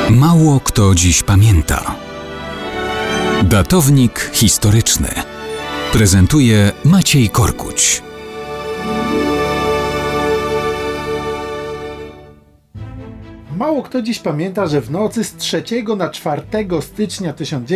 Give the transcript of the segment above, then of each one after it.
Mało kto dziś pamięta. Datownik historyczny prezentuje Maciej Korkuć. Mało kto dziś pamięta, że w nocy z 3 na 4 stycznia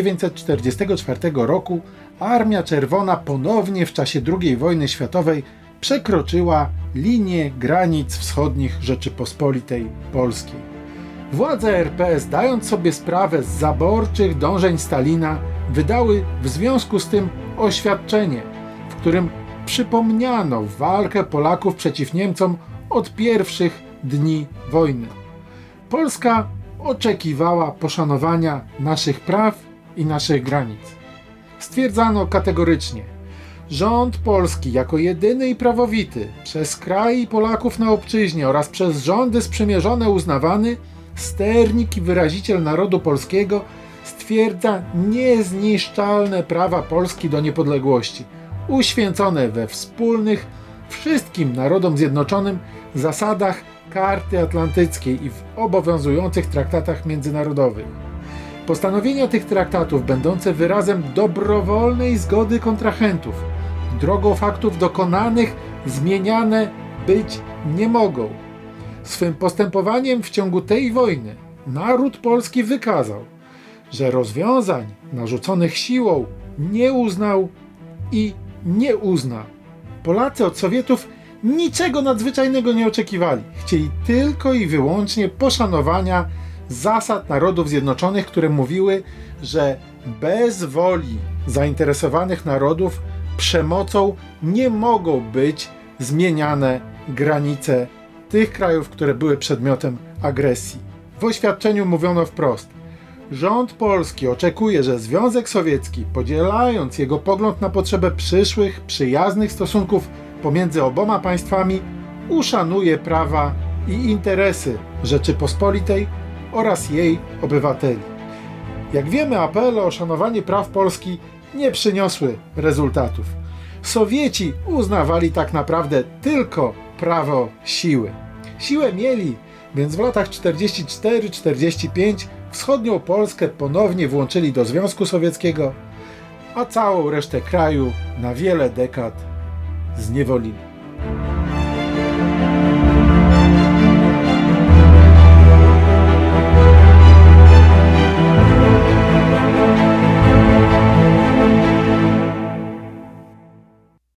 1944 roku Armia Czerwona ponownie w czasie II wojny światowej przekroczyła linię granic wschodnich Rzeczypospolitej Polskiej. Władze RP, zdając sobie sprawę z zaborczych dążeń Stalina, wydały w związku z tym oświadczenie, w którym przypomniano walkę Polaków przeciw Niemcom od pierwszych dni wojny. Polska oczekiwała poszanowania naszych praw i naszych granic. Stwierdzano kategorycznie: rząd polski jako jedyny i prawowity, przez kraj i Polaków na obczyźnie oraz przez rządy sprzymierzone uznawany, sternik i wyraziciel narodu polskiego, stwierdza niezniszczalne prawa Polski do niepodległości, uświęcone we wspólnych, wszystkim narodom zjednoczonym zasadach Karty Atlantyckiej i w obowiązujących traktatach międzynarodowych. Postanowienia tych traktatów, będące wyrazem dobrowolnej zgody kontrahentów, drogą faktów dokonanych, zmieniane być nie mogą. Swym postępowaniem w ciągu tej wojny naród polski wykazał, że rozwiązań narzuconych siłą nie uznał i nie uzna. Polacy od Sowietów niczego nadzwyczajnego nie oczekiwali. Chcieli tylko i wyłącznie poszanowania zasad Narodów Zjednoczonych, które mówiły, że bez woli zainteresowanych narodów przemocą nie mogą być zmieniane granice tych krajów, które były przedmiotem agresji. W oświadczeniu mówiono wprost: rząd polski oczekuje, że Związek Sowiecki, podzielając jego pogląd na potrzebę przyszłych, przyjaznych stosunków pomiędzy oboma państwami, uszanuje prawa i interesy Rzeczypospolitej oraz jej obywateli. Jak wiemy, apele o szanowanie praw Polski nie przyniosły rezultatów. Sowieci uznawali tak naprawdę tylko prawo siły. Siłę mieli, więc w latach 44-45 wschodnią Polskę ponownie włączyli do Związku Sowieckiego, a całą resztę kraju na wiele dekad zniewolili.